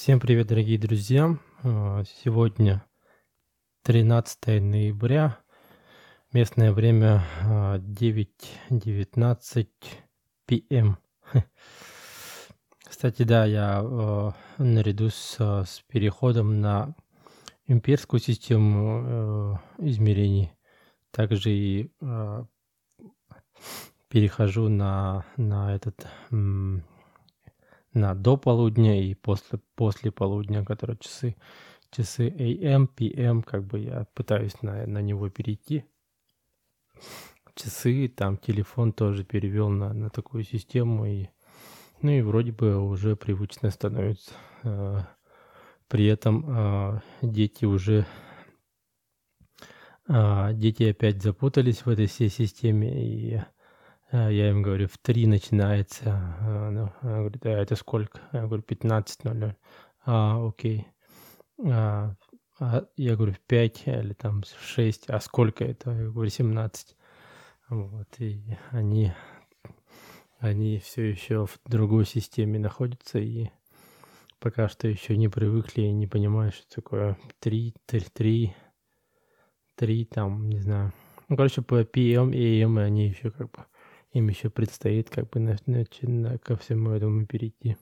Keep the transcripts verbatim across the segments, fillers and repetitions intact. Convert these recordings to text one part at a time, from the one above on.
Всем привет, дорогие друзья! А, Сегодня тринадцатое ноября, местное время а, девять девятнадцать пи эм. Кстати, да, я а, наряду с, а, с переходом на имперскую систему э, измерений, также и а, перехожу на, на этот м, на до полудня и после, после полудня, которые часы часы A M, P M, как бы я пытаюсь на, на него перейти. Часы, там телефон тоже перевел на, на такую систему, и, ну и вроде бы уже привычно становится. А, При этом а, дети уже, а, дети опять запутались в этой всей системе, и а, я им говорю, в три начинается. А, ну, Она говорит, а это сколько? Я говорю, пятнадцать ноль ноль. А, окей. А, а я говорю, в пять или там в шесть, а сколько это? Я говорю, семнадцать. Вот, и они, они все еще в другой системе находятся, и пока что еще не привыкли и не понимают, что такое три, три, три, три, там, не знаю. Ну, короче, по пи эм и A M они еще как бы, им еще предстоит как бы на, на- на- ко всему этому перейти.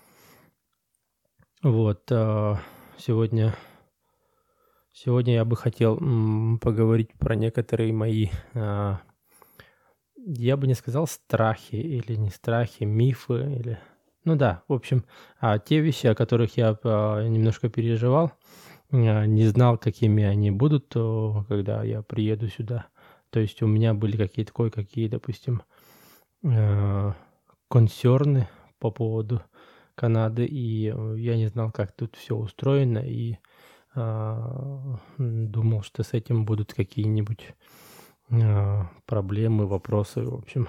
Вот, а, сегодня Сегодня я бы хотел м, поговорить про некоторые мои, а, я бы не сказал страхи или не страхи, мифы или, ну да, в общем, а, те вещи, о которых я а, немножко переживал, а, не знал, какими они будут, то, когда я приеду сюда. То есть у меня были какие-то кое-какие, допустим, э, консерны по поводу Канады, и э, я не знал, как тут все устроено, и а, м, думал, что с этим будут какие-нибудь а, проблемы, вопросы. В общем,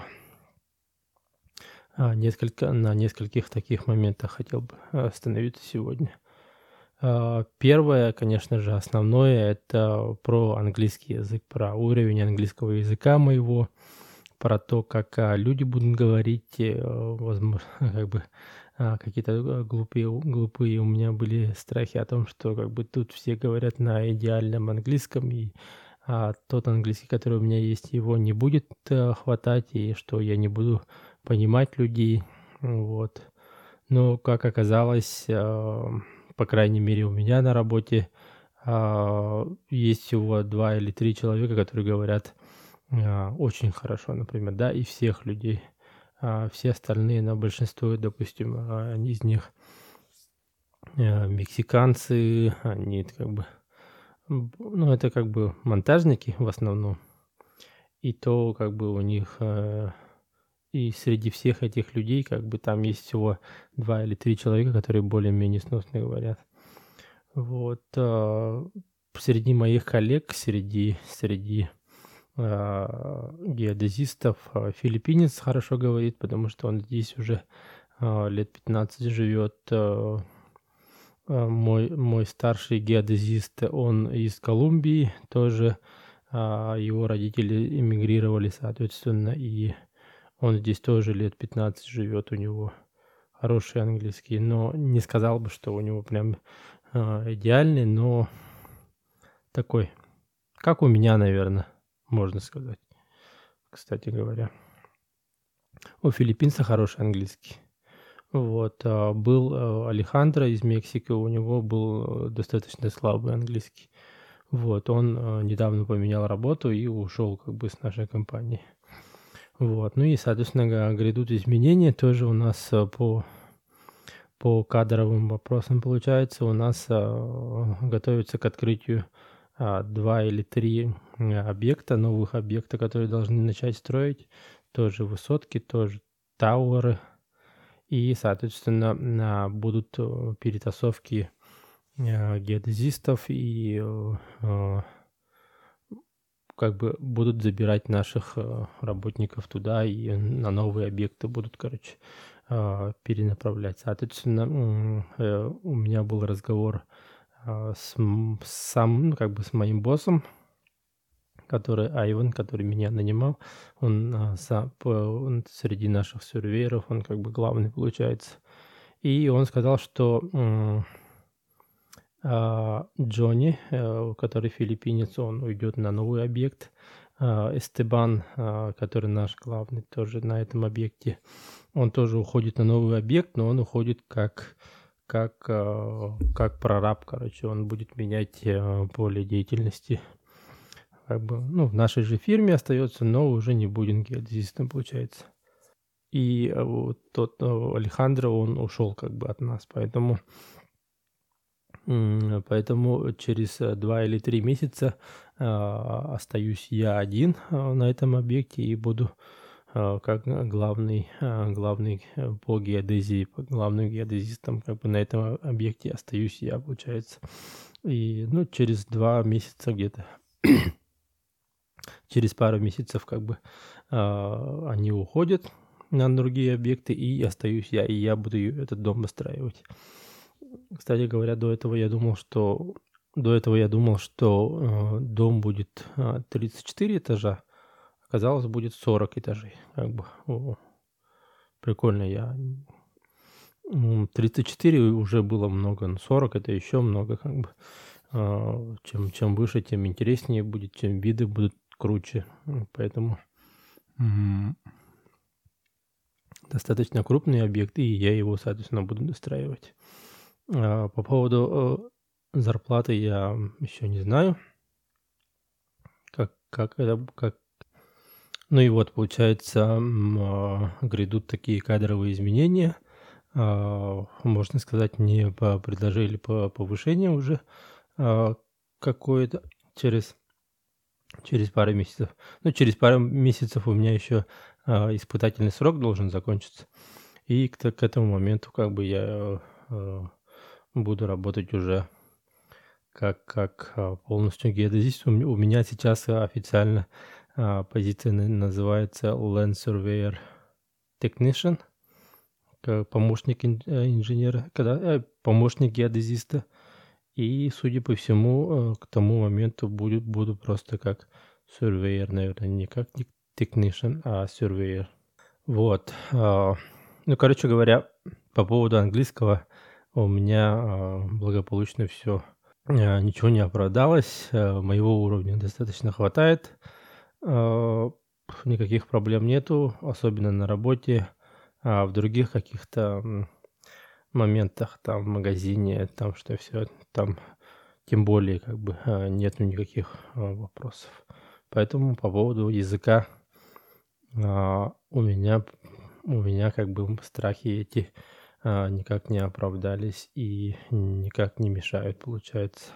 а, несколько, на нескольких таких моментах хотел бы остановиться сегодня. А, Первое, конечно же, основное, это про английский язык, про уровень английского языка моего, про то, как а, люди будут говорить, э, возможно, как бы а, какие-то э, глупые, глупые у меня были страхи о том, что как бы тут все говорят на идеальном английском, и а, тот английский, который у меня есть, его не будет э, хватать, и что я не буду понимать людей, вот. Но, как оказалось, а, по крайней мере, у меня на работе а, есть всего два или три человека, которые говорят а, очень хорошо, например, да, и всех людей. А все остальные, на большинство, допустим, а, из них а, мексиканцы, они как бы, м, ну, это как бы монтажники в основном, и то как бы у них, э, и среди всех этих людей как бы там есть всего два или три человека, которые более-менее сносно говорят. Вот, а, среди моих коллег, среди среди а, геодезистов, а, филиппинец хорошо говорит, потому что он здесь уже а, лет пятнадцать живет. А, а, мой мой старший геодезист, он из Колумбии тоже, а, его родители эмигрировали, соответственно, и он здесь тоже лет пятнадцать живет, у него хороший английский, но не сказал бы, что у него прям а, идеальный, но такой, как у меня, наверное, можно сказать, кстати говоря. У филиппинца хороший английский. Вот, а, был, э, Алехандро из Мексики, у него был, э, достаточно слабый английский. Вот, он, э, недавно поменял работу и ушел как бы с нашей компании. Вот, ну и, соответственно, га грядут изменения тоже у нас, э, по по кадровым вопросам. Получается, у нас, а, готовится к открытию, а, два или три м, объекта, новых объекта, которые должны начать строить. Тоже высотки, тоже тауэры. И, соответственно, на будут, э, перетасовки, э, геодезистов, и, э, э, как бы будут забирать наших, э, работников туда, и на новые объекты будут, короче, а, перенаправлять. Соответственно, м, э, у меня был разговор, а, с м с сам ну, как бы с моим боссом, который Айван, который меня нанимал. Он, а, са п он среди наших сюрвееров, он как бы главный получается. И он сказал, что, м А, Джонни, э, который филиппинец, он уйдет на новый объект. А, Эстебан, а, который наш главный тоже на этом объекте, он тоже уходит на новый объект, но он уходит как, как, а, как прораб, короче, он будет менять а, поле деятельности. Как бы, ну, в нашей же фирме остается, но уже не будет геодезистом, получается. И а, вот тот а, Алехандро, он ушел как бы от нас, поэтому... М, Поэтому через э, два или три месяца а, остаюсь я один а, на этом объекте и буду а, как г- главный, а, главный э, по геодезии, по- главным геодезистом как бы на этом объекте остаюсь я, получается. И ну, через два месяца где-то, через пару месяцев как бы а, они уходят на другие объекты, и остаюсь я, и я буду ю- этот дом выстраивать. Кстати говоря, до этого я думал, что до этого я думал, что э, дом будет а, тридцать четыре этажа, оказалось, будет сорок этажей. Как бы о, прикольно, я м, тридцать четыре уже было много, но сорок это еще много, как бы. А, чем, чем выше, тем интереснее будет, чем виды будут круче. М, Поэтому м, достаточно крупный объект, и я его, соответственно, буду достраивать. А, по поводу э, зарплаты я еще не знаю. Как как это как Ну и вот, получается, м, а, грядут такие кадровые изменения. А, можно сказать, мне по предложили по повышение уже, а, какое-то через через пару месяцев. Ну, через пару месяцев у меня еще, а, испытательный срок должен закончиться. И к т к этому моменту как бы я, э, буду работать уже как как, а, полностью геодезист. У ме у меня сейчас а, официально, а, позиция н называется Land Surveyor Technician, к помощник ин э, инженера, когда, э, помощник геодезиста. И, судя по всему, э, к тому моменту будет буду просто как surveyor, наверное, не как тек technician, а surveyor. Вот, а, ну, короче говоря, по поводу английского у меня, а, благополучно все. А, ничего не оправдалось, э, моего уровня достаточно хватает. А, Никаких проблем нету, особенно на работе. А в других каких-то, м, моментах, там, в магазине, там, что все там тем более как бы, а, нету никаких, а, вопросов. Поэтому по поводу языка, а, у меня у меня как бы страхи эти, а, никак не оправдались и никак не мешают, получается.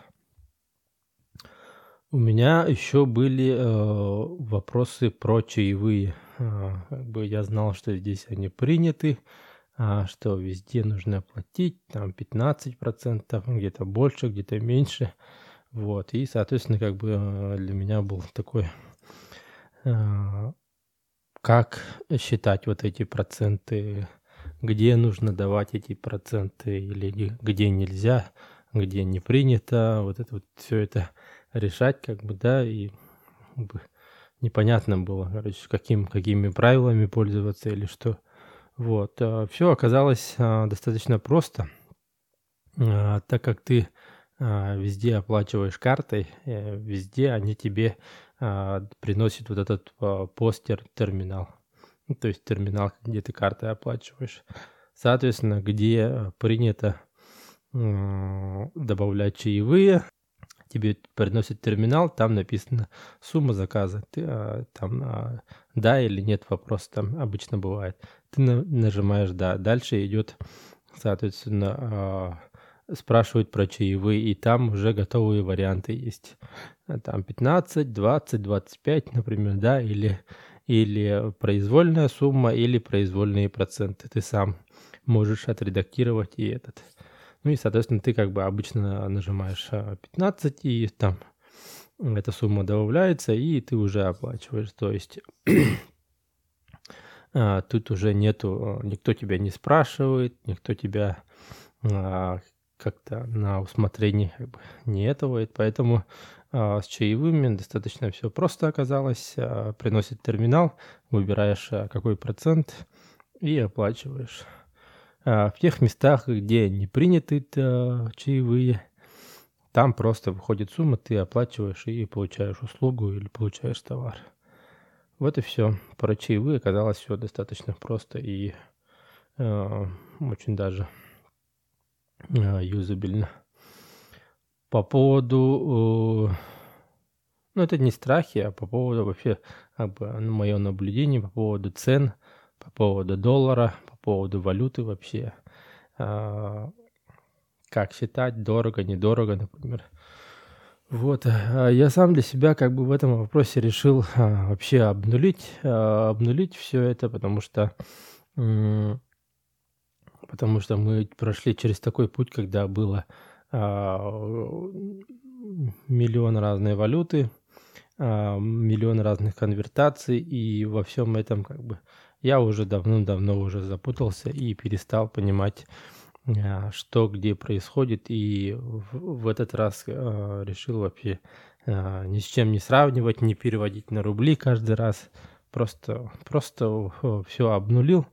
У меня еще были, э, вопросы про чаевые. А, как бы я знал, что здесь они приняты, а, что везде нужно платить, там пятнадцать процентов, где-то больше, где-то меньше. Вот, и, соответственно, как бы, э, для меня был такой, а, как считать вот эти проценты, где нужно давать эти проценты или ге где нельзя, где не принято. Вот это вот всё это решать как бы, да, и как бы непонятно было, короче, каким какими правилами пользоваться или что. Вот, все оказалось, а, достаточно просто, а, так как ты, а, везде оплачиваешь картой, э, везде они тебе, а, приносят вот этот, а, постер-терминал. Ну, то есть терминал, где ты картой оплачиваешь. Соответственно, где, а, принято, м, добавлять чаевые, тебе приносят терминал, там написано сумма заказа. Ты, а, там, а, да или нет, вопрос там обычно бывает. Ты на нажимаешь "да". Дальше идет, соответственно, а, спрашивают про чаевые, и там уже готовые варианты есть. А, там пятнадцать, двадцать, двадцать пять, например, да, или или произвольная сумма, или произвольные проценты. Ты сам можешь отредактировать и этот. Ну и, соответственно, ты как бы обычно нажимаешь, а, пятнадцать, и там эта сумма добавляется, и ты уже оплачиваешь. То есть, а, тут уже нету, а, никто тебя не спрашивает, никто тебя, а, как-то на усмотрение как бы не этовает. Поэтому, а, с чаевыми достаточно все просто оказалось. А, приносит терминал, выбираешь, а, какой процент и оплачиваешь. А, в тех местах, где не приняты т чаевые, там просто выходит сумма, ты оплачиваешь и получаешь услугу или получаешь товар. Вот и все. Про чаевые оказалось все достаточно просто и э, очень даже э, юзабельно. По поводу, э, ну это не страхи, а по поводу вообще, как бы, ну, мое наблюдение по поводу цен, по поводу доллара, по поводу валюты вообще. А, как считать, дорого, недорого, например. Вот, а, я сам для себя как бы в этом вопросе решил а, вообще обнулить, а, обнулить все это, потому что, м, потому что мы прошли через такой путь, когда было а, м, миллион разной валюты, а, миллион разных конвертаций, и во всем этом как бы я уже давным-давно уже запутался и перестал понимать, а, что где происходит, и в, в этот раз а, решил вообще а, ни с чем не сравнивать, не переводить на рубли каждый раз, просто, просто все обнулил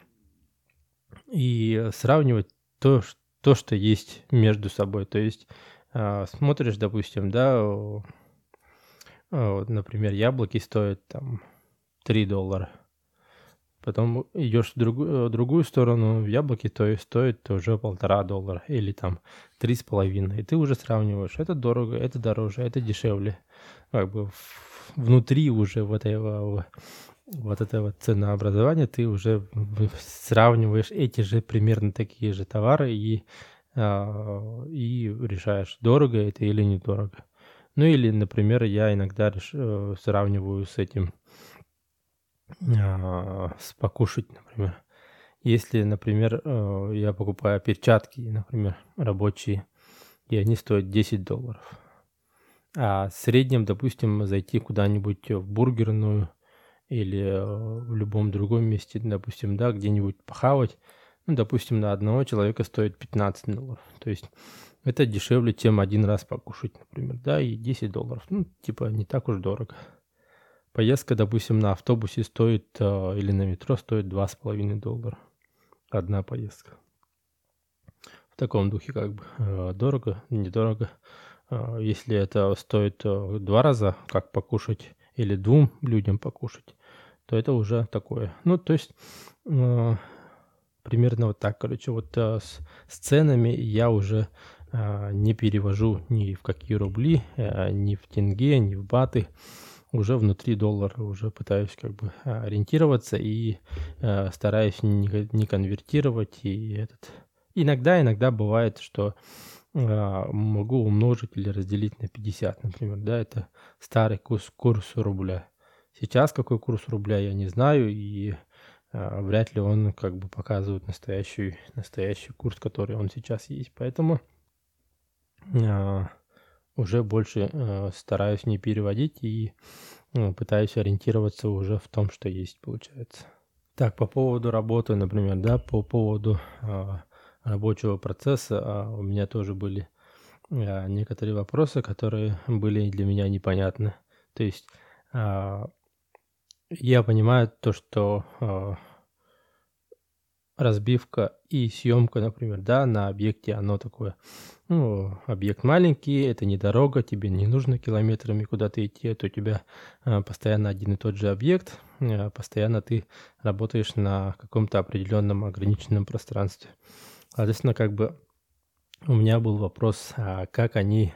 и сравнивать то, ш- то, что есть между собой. То есть а, смотришь, допустим, да, о, а, вот, например, яблоки стоят там три доллара. Потом идешь в другую, другую сторону, яблоки то есть стоят уже полтора доллара или там три с половиной. И ты уже сравниваешь, это дорого, это дороже, это дешевле. Как бы в- внутри уже вот этого, вот этого ценообразования ты уже в- сравниваешь эти же примерно такие же товары и, а, и решаешь, дорого это или недорого. Ну или, например, я иногда реш- э, сравниваю с этим, а, с покушать, например. Если, например, э, я покупаю перчатки, например, рабочие, и они стоят десять долларов, а в среднем, допустим, зайти куда-нибудь в бургерную или э, в любом другом месте, допустим, да, где-нибудь похавать, ну, допустим, на одного человека стоит пятнадцать долларов. То есть это дешевле, чем один раз покушать, например, да, и десять долларов. Ну, типа, не так уж дорого. Поездка, допустим, на автобусе стоит э, или на метро стоит два с половиной доллара. Одна поездка. В таком духе как бы э, дорого, недорого. Э, Если это стоит э, два раза, как покушать, или двум людям покушать, то это уже такое. Ну, то есть э, примерно вот так, короче, вот э, с, с ценами я уже э, не перевожу ни в какие рубли, э, ни в тенге, ни в баты. Уже внутри доллара уже пытаюсь как бы а, ориентироваться и э, стараюсь не, ко- не конвертировать. И этот. Иногда, иногда бывает, что а, могу умножить или разделить на пятьдесят, например, да, это старый курс, курс рубля. Сейчас какой курс рубля, я не знаю, и а, вряд ли он как бы показывает настоящий, настоящий курс, который он сейчас есть. Поэтому а, уже больше э, стараюсь не переводить и э, пытаюсь ориентироваться уже в том, что есть, получается. Так, по поводу работы, например, да, по поводу а, рабочего процесса а, у меня тоже были а, некоторые вопросы, которые были для меня непонятны. То есть а, я понимаю то, что а, разбивка и съемка, например, да, на объекте, оно такое, ну, объект маленький, это не дорога, тебе не нужно километрами куда-то идти, это у тебя а, постоянно один и тот же объект, а, постоянно ты работаешь на каком-то определенном ограниченном пространстве. Соответственно, как бы у меня был вопрос, а как они,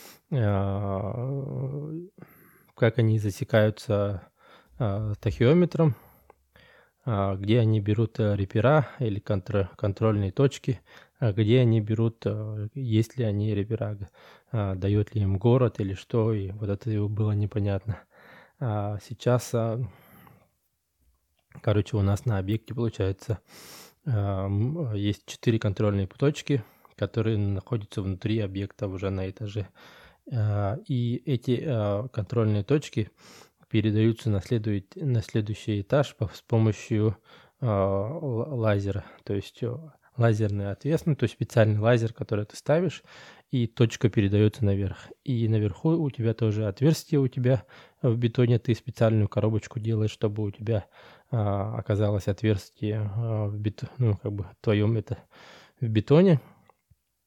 а, как они засекаются а, тахиометром, а, где они берут э, репера или контр- контрольные точки, а где они берут, э, есть ли они репера, г- а, дает ли им город или что, и вот это и было непонятно. А сейчас, а, короче, у нас на объекте получается а, м, есть четыре контрольные точки, которые находятся внутри объекта уже на этаже. А, И эти а, контрольные точки передаются на, следует- на следующий этаж по- с помощью а, л- лазера. То есть э, лазерный отвес, ну, то есть специальный лазер, который ты ставишь, и точка передается наверх. И наверху у тебя тоже отверстие у тебя в бетоне, ты специальную коробочку делаешь, чтобы у тебя а, оказалось отверстие а, в бет... ну, как бы твоем это в бетоне,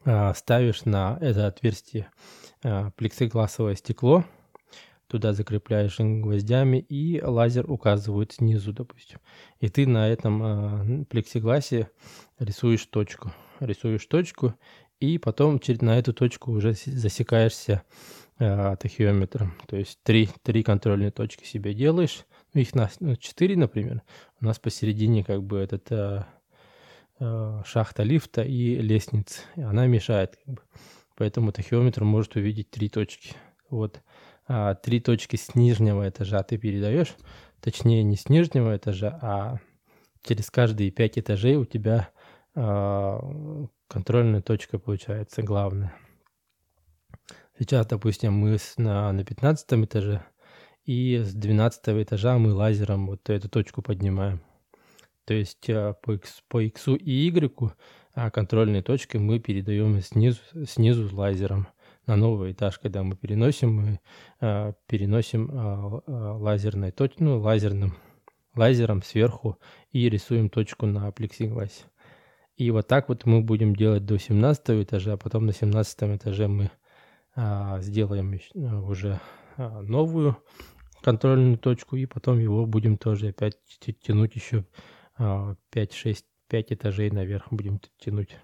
а, ставишь на это отверстие а, плексигласовое стекло, туда закрепляешь гвоздями, и лазер указывает снизу, допустим. И ты на этом а, плексигласе рисуешь точку. Рисуешь точку, и потом через, на эту точку уже с- засекаешься а, тахеометром. То есть три, три контрольные точки себе делаешь. Ну, их на ну, четыре, например. У нас посередине как бы этот а, а, шахта лифта и лестница. И она мешает как бы. Поэтому тахеометр может увидеть три точки. Вот а, три точки с нижнего этажа ты передаешь. Точнее, не с нижнего этажа, а через каждые пять этажей у тебя а, контрольная точка получается главная. Сейчас, допустим, мы с- на, на пятнадцатом этаже, и с двенадцатого этажа мы лазером вот эту точку поднимаем. То есть а, по, X, по X и Y а, контрольные точки мы передаем снизу, снизу лазером на новый этаж. Когда мы переносим, мы а, переносим а, а, лазерной точ, ну, лазерным, лазером сверху и рисуем точку на плексигласе. И вот так вот мы будем делать до семнадцатого этажа, а потом на семнадцатом этаже мы а, сделаем ещё, а, уже а, новую контрольную точку, и потом его будем тоже опять т- тянуть еще а, пять шесть пять этажей наверх будем т- тянуть.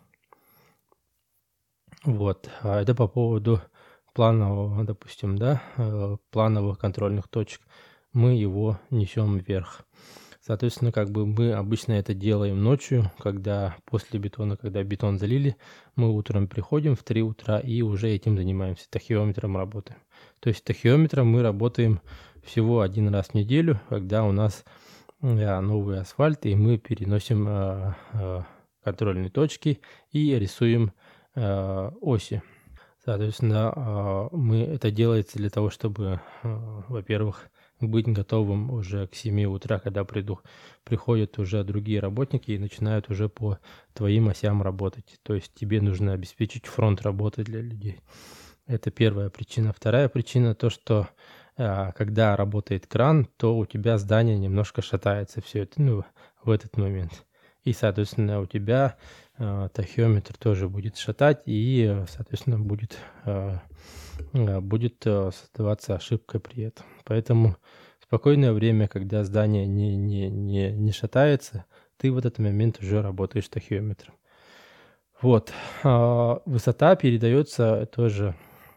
Вот. А это по поводу планового, допустим, да, э, плановых контрольных точек. Мы его несем вверх. Соответственно, как бы мы обычно это делаем ночью, когда после бетона, когда бетон залили, мы утром приходим в три утра и уже этим занимаемся, тахеометром работаем. То есть тахеометром мы работаем всего один раз в неделю, когда у нас э, новый асфальт, и мы переносим э, э, контрольные точки и рисуем э, оси. Соответственно, а, мы это делается для того, чтобы, а, во-первых, быть готовым уже к семи утра, когда приду, приходят уже другие работники и начинают уже по твоим осям работать. То есть тебе нужно обеспечить фронт работы для людей. Это первая причина. Вторая причина то, что а, когда работает кран, то у тебя здание немножко шатается все это, ну, в этот момент. И, соответственно, у тебя а, тахеометр тоже будет шатать, и, э, соответственно, будет, а, а, будет а, создаваться ошибка при этом. Поэтому в спокойное время, когда здание не, не, не, не шатается, ты в этот момент уже работаешь тахеометром. Вот. А, высота передается тоже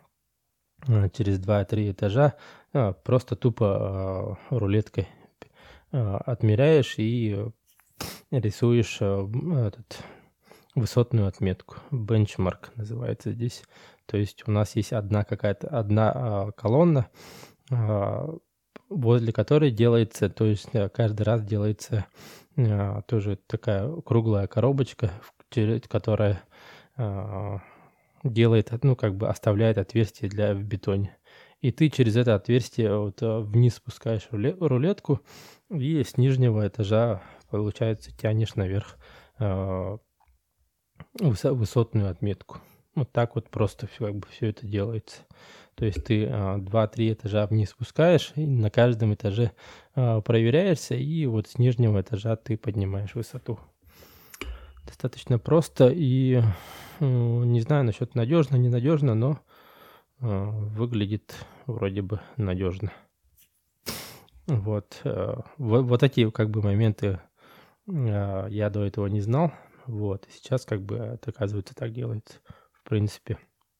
а, через два-три этажа, а, просто тупо а, рулеткой а, отмеряешь и э, рисуешь а, м, этот, высотную отметку. Бенчмарк называется здесь. То есть у нас есть одна какая-то одна а, колонна, а, возле которой делается, то есть э, каждый раз делается а, тоже такая круглая коробочка, в- через- которая а, делает, ну, как бы оставляет отверстие для в бетоне. И ты через это отверстие вот э, вниз спускаешь руле- рулетку, и с нижнего этажа, получается, тянешь наверх а, высо- высотную отметку. Вот так вот просто все, как бы все это делается. То есть ты а, два-три этажа вниз спускаешь, и на каждом этаже а, проверяешься, и вот с нижнего этажа ты поднимаешь высоту. Достаточно просто и э, не знаю насчет надежно, ненадежно, но э, выглядит вроде бы надежно. Вот, э, во- вот эти как бы моменты э, я до этого не знал. Вот, и сейчас как бы это, оказывается, так делается. В принципе,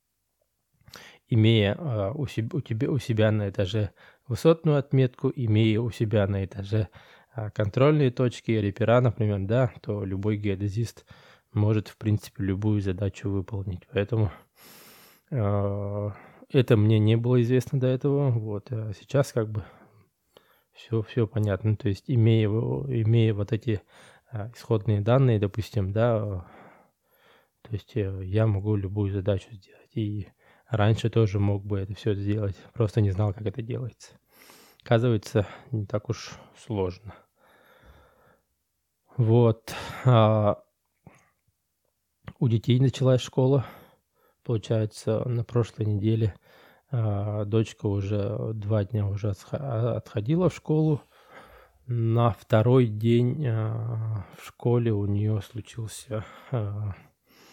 имея а, у, себ- у тебя, у себя на этаже высотную отметку, имея у себя на этаже а, контрольные точки, репера, например, да, то любой геодезист может, в принципе, любую задачу выполнить. Поэтому а, это мне не было известно до этого. Вот, а сейчас как бы все, все понятно. То есть, имея, во- имея вот эти а, исходные данные, допустим, да, то есть э, я могу любую задачу сделать. И раньше тоже мог бы это все сделать, просто не знал, как это делается. Оказывается, не так уж сложно. Вот. А у детей началась школа. Получается, на прошлой неделе а, дочка уже два дня уже отсха- отходила в школу. На второй день а, в школе у нее случился, а,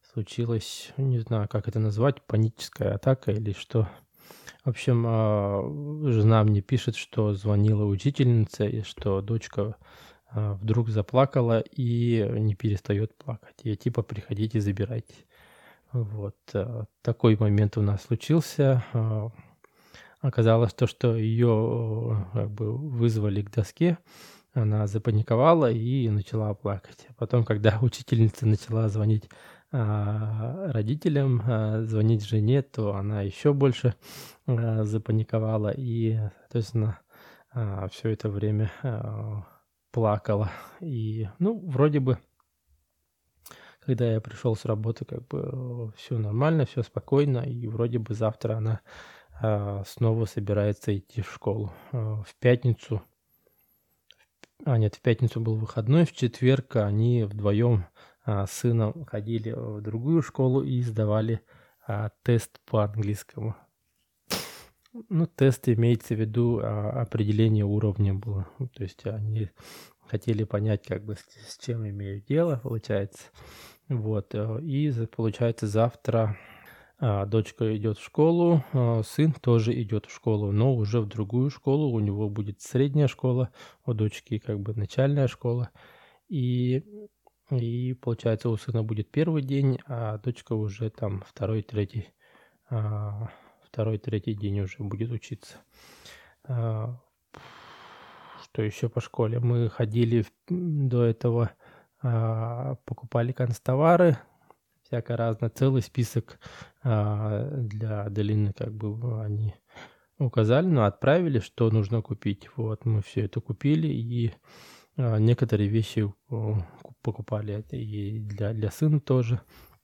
случилась, не знаю, как это назвать, паническая атака или что. В общем, а, жена мне пишет, что звонила учительница и что дочка а, вдруг заплакала и не перестает плакать. И типа приходите, забирайте. Вот а, такой момент у нас случился. А, Оказалось то, что ее как бы вызвали к доске, она запаниковала и начала плакать. А потом, когда учительница начала звонить а, родителям, а, звонить жене, то она еще больше а, запаниковала и, соответственно, все это время а, плакала. И, ну, вроде бы, когда я пришел с работы, как бы все нормально, все спокойно, и вроде бы завтра она а, снова собирается идти в школу. А, В пятницу, а нет, в пятницу был выходной, в четверг они вдвоем а, с сыном ходили в другую школу и сдавали а, тест по английскому. Ну, тест имеется в виду а, определение уровня было. Ну, то есть они хотели понять, как бы с, с чем имею дело, получается. Вот. э, И за- получается завтра а, дочка идет в школу, а, сын тоже идет в школу, но уже в другую школу. У него будет средняя школа, у дочки как бы начальная школа. И, и получается у сына будет первый день, а дочка уже там второй, третий, а, второй, третий день уже будет учиться. А, Что еще по школе? Мы ходили в- м, до этого, а, покупали канцтовары, всяко разно, целый список а, для Аделины как бы они указали, но отправили, что нужно купить. Вот мы все это купили и а, некоторые вещи о, ку- покупали это и для, для сына тоже.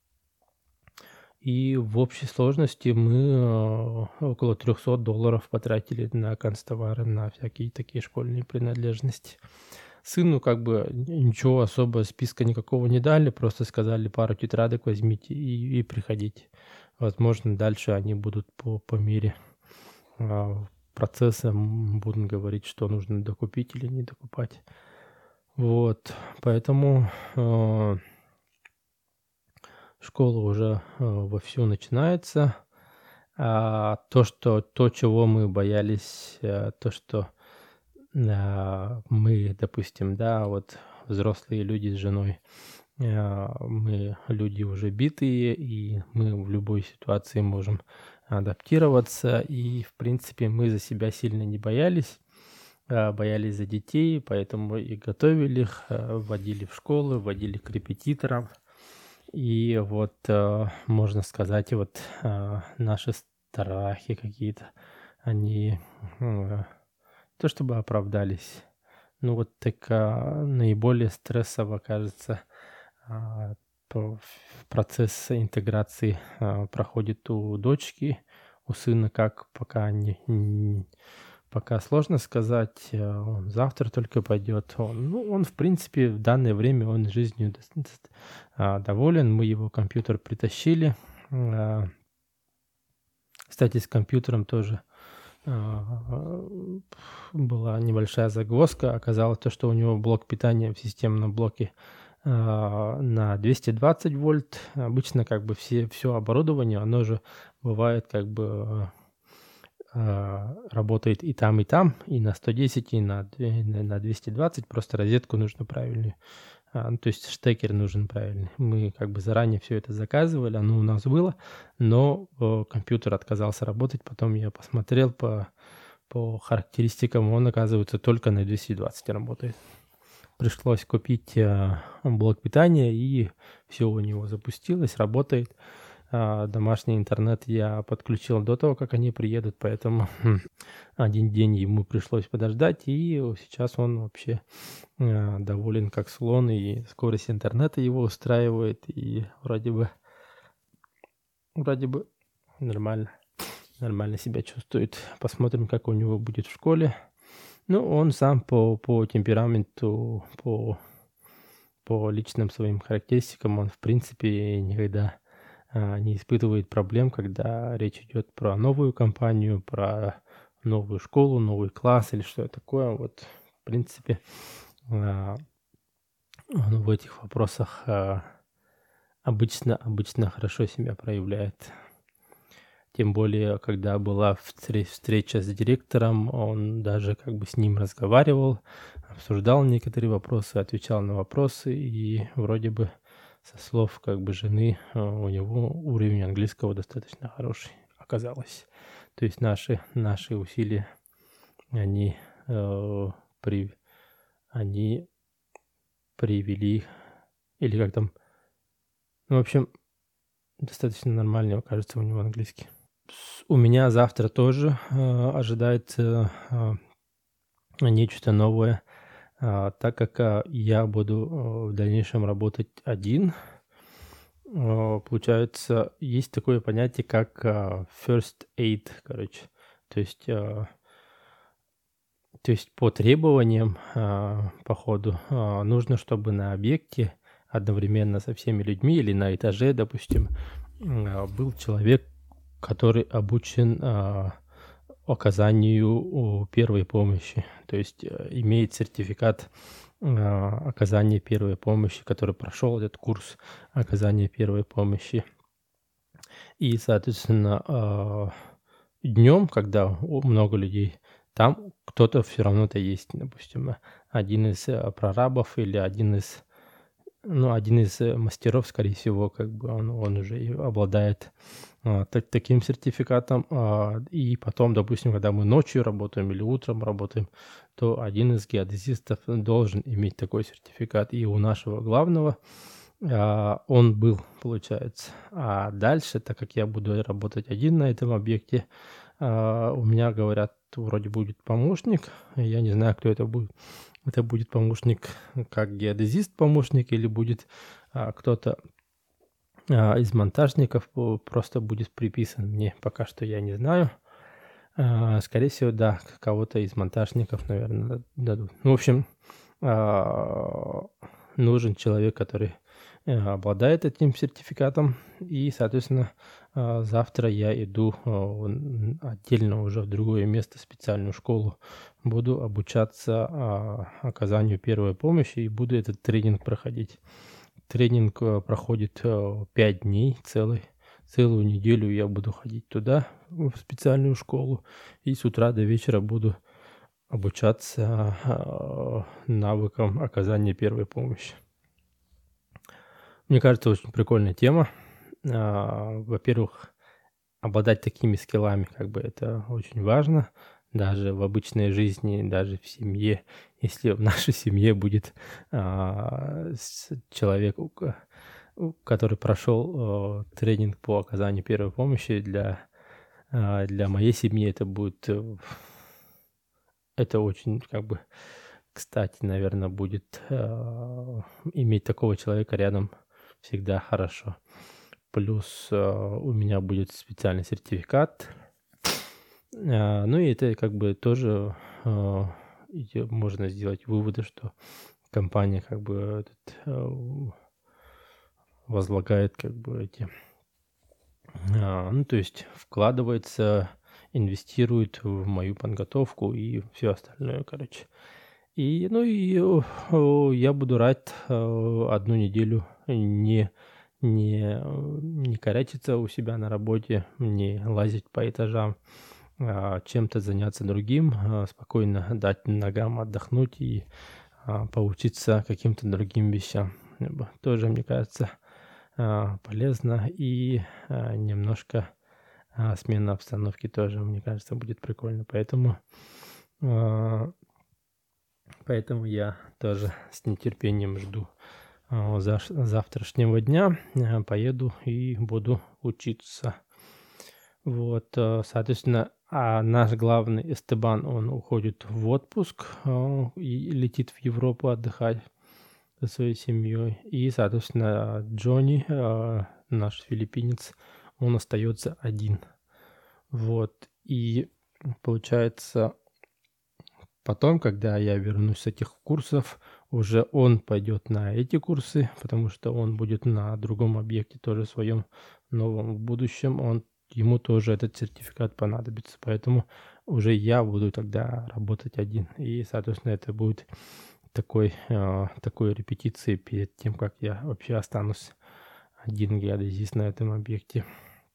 И в общей сложности мы а, около трехсот долларов потратили на канцтовары, на всякие такие школьные принадлежности. Сыну как бы н- ничего особо, списка никакого не дали, просто сказали пару тетрадок возьмите и, и приходите. Возможно, дальше они будут по, по мере а, процесса м, будут говорить, что нужно докупить или не докупать. Вот, поэтому а, школа уже а, вовсю начинается. А то, что то, чего мы боялись, э, то, что а, мы, допустим, да, вот взрослые люди с женой, а, мы люди уже битые, и мы в любой ситуации можем адаптироваться, и, в принципе, мы за себя сильно не боялись, а, боялись за детей, поэтому и готовили их, а, водили в школы, водили к репетиторам. И вот, э, можно сказать, вот, а, наши страхи какие-то, они, э, то чтобы оправдались. Ну, вот такая наиболее стрессово, кажется, а, по ф процесс интеграции, а, проходит у дочки, у сына как пока не н пока сложно сказать. э, Он завтра только пойдет. Он, ну, он, в принципе, в данное время он жизнью дос дос а, доволен. Мы его компьютер притащили. А, Кстати, с компьютером тоже а, была небольшая загвоздка. Оказалось то, что у него блок питания в системном блоке а, на двести двадцать вольт. Обычно как бы все, все оборудование, оно же бывает как бы а, работает и там, и там, и на сто десять, и на, две- на на двести двадцать. Просто розетку нужно правильную. А, ну, то есть штекер нужен правильный. Мы как бы заранее все это заказывали, оно у нас было, но э, компьютер отказался работать. Потом я посмотрел по, по характеристикам, он, оказывается, только на двести двадцать работает. Пришлось купить э, блок питания, и все у него запустилось, работает. А, домашний интернет я подключил до того, как они приедут, поэтому один день ему пришлось подождать, и сейчас он вообще а, доволен как слон, и скорость интернета его устраивает, и вроде бы, вроде бы нормально, нормально себя чувствует. Посмотрим, как у него будет в школе. Ну, он сам по, по темпераменту, по, по личным своим характеристикам, он, в принципе, никогда а, не испытывает проблем, когда речь идет про новую компанию, про новую школу, новый класс или что такое. Вот, в принципе, а, он в этих вопросах а, обычно, обычно хорошо себя проявляет. Тем более, когда была встре- встреча с директором, он даже как бы с ним разговаривал, обсуждал некоторые вопросы, отвечал на вопросы, и вроде бы со слов как бы жены э, у него уровень английского достаточно хороший оказалось. То есть наши, наши усилия, они, э, при, они привели, или как там, ну, в общем, достаточно нормально, кажется, у него английский. С- У меня завтра тоже э, ожидается э, нечто новое, а, так как а, я буду э, в дальнейшем работать один. э, Получается, есть такое понятие, как а, first aid, короче. То есть, а, то есть по требованиям, а, по ходу, а, нужно, чтобы на объекте одновременно со всеми людьми или на этаже, допустим, м, а, был человек, который обучен а, оказанию о, первой помощи, то есть э, имеет сертификат а, оказания первой помощи, который прошел этот курс оказания первой помощи. И, соответственно, а, днем, когда о- много людей, там кто-то все равно-то есть, допустим, э, один из э, прорабов или один из, ну, один из э, мастеров, скорее всего, как бы он, он уже и обладает а, так- таким сертификатом. а, И потом, допустим, когда мы ночью работаем или утром работаем, то один из геодезистов должен иметь такой сертификат. И у нашего главного а, он был, получается. А дальше, так как я буду работать один на этом объекте, а, у меня, говорят, вроде будет помощник. Я не знаю, кто это будет. Это будет помощник, как геодезист помощник, или будет а, кто-то а, из монтажников по- просто будет приписан мне. Пока что я не знаю. А, скорее всего, да, к- кого-то из монтажников, наверное, дадут. Ну, в общем, а, нужен человек, который э, обладает этим сертификатом. И, соответственно, а, завтра я иду а, в н- отдельно уже в другое место, специальную школу. Буду обучаться а, оказанию первой помощи и буду этот тренинг проходить. Тренинг э, проходит э, пять дней, целый, целую неделю я буду ходить туда, в специальную школу, и с утра до вечера буду обучаться э, навыкам оказания первой помощи. Мне кажется, очень прикольная тема. А, Во-первых, обладать такими скиллами, как бы это очень важно, даже в обычной жизни, даже в семье. Если в нашей семье будет а, с- человек, у ко- у- который прошел э, тренинг по оказанию первой помощи, для, а, для моей семьи это будет, э, это очень, как бы, кстати, наверное, будет э, иметь такого человека рядом всегда хорошо. Плюс э, у меня будет специальный сертификат. А, ну и это как бы тоже а, и можно сделать выводы, что компания как бы этот, э, возлагает как бы эти, а, ну то есть вкладывается, инвестирует в мою подготовку и все остальное, короче. И, ну и о, о, я буду рад э, одну неделю не, не, э, не корячиться у себя на работе, не лазить по этажам, а, чем-то заняться другим, а, спокойно дать ногам отдохнуть и а, поучиться каким-то другим вещам. Э, б- Тоже, мне кажется, а, полезно. И а, немножко а, смена обстановки тоже, мне кажется, будет прикольно. Поэтому, а, поэтому я тоже с нетерпением жду а, заш- завтрашнего дня. А, Поеду и буду учиться. Вот, э, соответственно, а наш главный Эстебан, он уходит в отпуск э, и летит в Европу отдыхать со своей семьей. И, соответственно, Джонни, э, наш филиппинец, он остается один. Вот, и получается, потом, когда я вернусь с этих курсов, уже он пойдет на эти курсы, потому что он будет на другом объекте тоже своем новом в будущем. Он, ему тоже этот сертификат понадобится, поэтому уже я буду тогда работать один. И, соответственно, это будет такой, э, такой репетицией перед тем, как я вообще останусь один геодезист на этом объекте.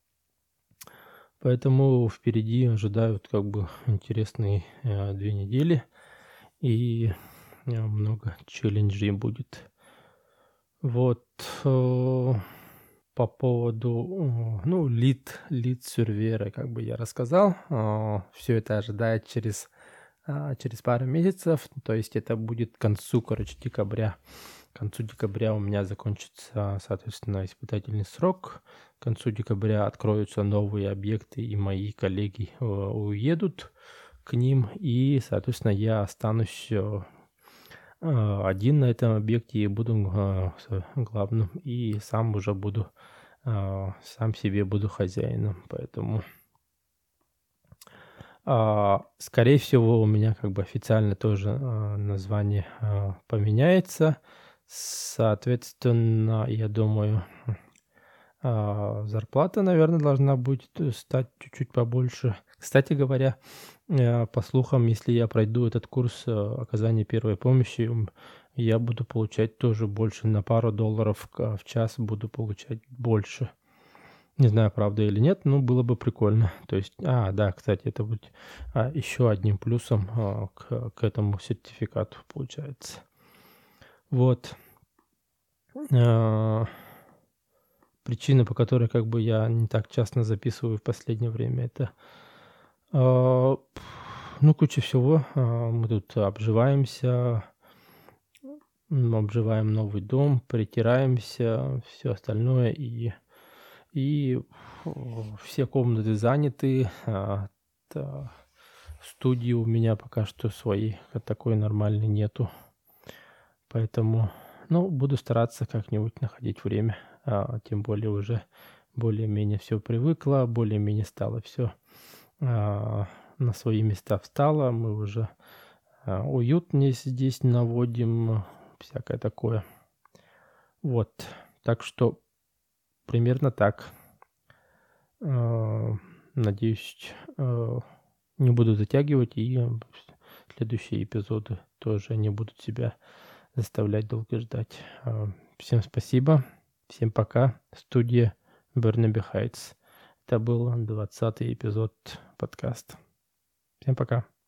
Поэтому впереди ожидают как бы интересные э, две недели, и э, много челленджей будет. Вот. Э, по поводу, э, ну, лид, лид сервера, как бы я рассказал. Э, все это ожидает через, э, через пару месяцев, то есть это будет к концу, короче, декабря. К концу декабря у меня закончится, соответственно, испытательный срок. К концу декабря откроются новые объекты, и мои коллеги э, уедут к ним, и, соответственно, я останусь э, э, один на этом объекте и буду э, с- главным, и сам уже буду, э, сам себе буду хозяином, поэтому... А, скорее всего, у меня как бы официально тоже а, название а, поменяется. Соответственно, я думаю, а, зарплата, наверное, должна будет э, стать чуть-чуть побольше. Кстати говоря, э, по слухам, если я пройду этот курс э, оказания первой помощи, м, я буду получать тоже больше, на пару долларов к- в час буду получать больше. Не знаю, правда или нет, но было бы прикольно. То есть, а, да, кстати, это будет а, еще одним плюсом а, к, к этому сертификату получается. Вот. А, причина, по которой как бы я не так часто записываю в последнее время, это, а, пф, ну, куча всего. А, мы тут обживаемся, м, обживаем новый дом, притираемся, все остальное, и И фу, все комнаты заняты. А, та студии у меня пока что своей, как такой нормальной нету. Поэтому, ну, буду стараться как-нибудь находить время. А, тем более уже более-менее все привыкло, более-менее стало все на свои места встало. Мы уже а, уютнее здесь наводим, всякое такое. Вот. Так что примерно так. А, Надеюсь, э, не буду затягивать, и э, следующие эпизоды тоже не будут себя заставлять долго ждать. А, Всем спасибо, всем пока. Студия Burnaby Heights. Это был двадцатый эпизод подкаста. Всем пока.